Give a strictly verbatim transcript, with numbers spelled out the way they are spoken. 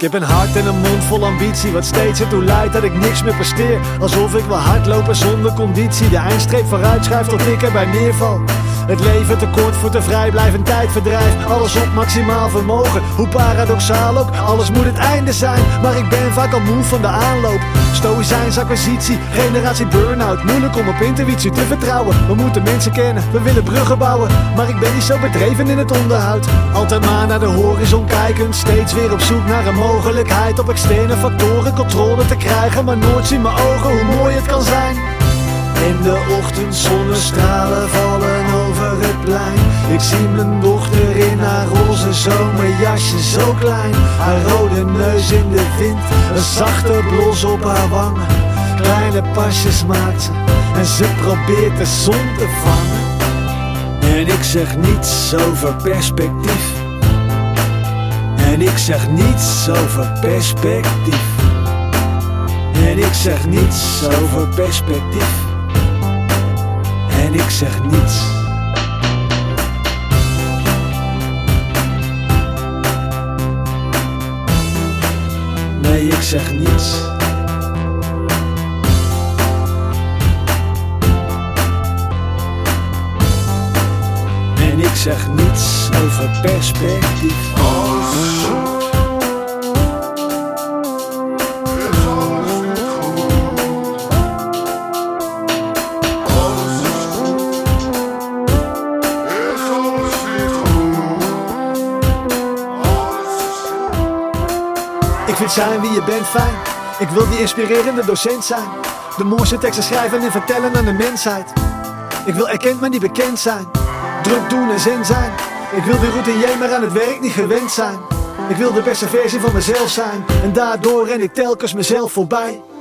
heb een hart en een mond vol ambitie, wat steeds ertoe leidt dat ik niks meer presteer. Alsof ik wil hardlopen zonder conditie, de eindstreep vooruit schuift tot ik erbij neerval. Het leven te kort voor te vrijblijvend tijdverdrijf, alles op maximaal vermogen. Hoe paradoxaal ook, alles moet het einde zijn, maar ik ben vaak al moe van de aanloop. Stoïcijns acquisitie, generatie burn-out, moeilijk om op intuïtie te vertrouwen. We moeten mensen kennen, we willen bruggen bouwen, maar ik ben niet zo bedreven in het onderhoud. Altijd maar naar de horizon kijkend, steeds weer op zoek naar een mogelijkheid op externe factoren controle te krijgen, maar nooit zien mijn ogen hoe mooi het kan zijn. In de ochtend zonnestralen vallen over het plein. Ik zie mijn dochter in haar roze zomerjasje, zo klein. Haar rode neus in de wind, een zachte blos op haar wangen. Kleine pasjes maakt ze en ze probeert de zon te vangen. En ik zeg niets over perspectief. En ik zeg niets over perspectief. En ik zeg niets over perspectief. En ik zeg niets. Nee, ik zeg niets. En ik zeg niets over perspectief. Ik vind zijn wie je bent fijn. Ik wil die inspirerende docent zijn. De mooiste teksten schrijven en vertellen aan de mensheid. Ik wil erkend maar niet bekend zijn. Druk doen en zen zijn. Ik wil de routinier maar aan het werk niet gewend zijn. Ik wil de beste versie van mezelf zijn. En daardoor ren ik telkens mezelf voorbij.